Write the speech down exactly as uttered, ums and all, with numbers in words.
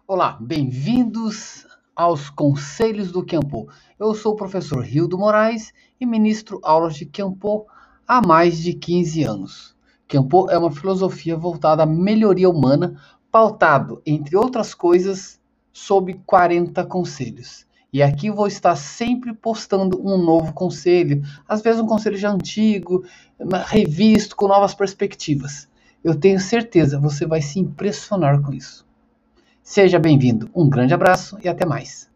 Olá, bem-vindos aos Conselhos do Kempo. Eu sou o professor Rildo Moraes e ministro aulas de Kempo há mais de quinze anos. Kempo é uma filosofia voltada à melhoria humana, pautado, entre outras coisas, sob quarenta conselhos. E aqui vou estar sempre postando um novo conselho, às vezes um conselho já antigo, revisto, com novas perspectivas. Eu tenho certeza, você vai se impressionar com isso. Seja bem-vindo, um grande abraço e até mais.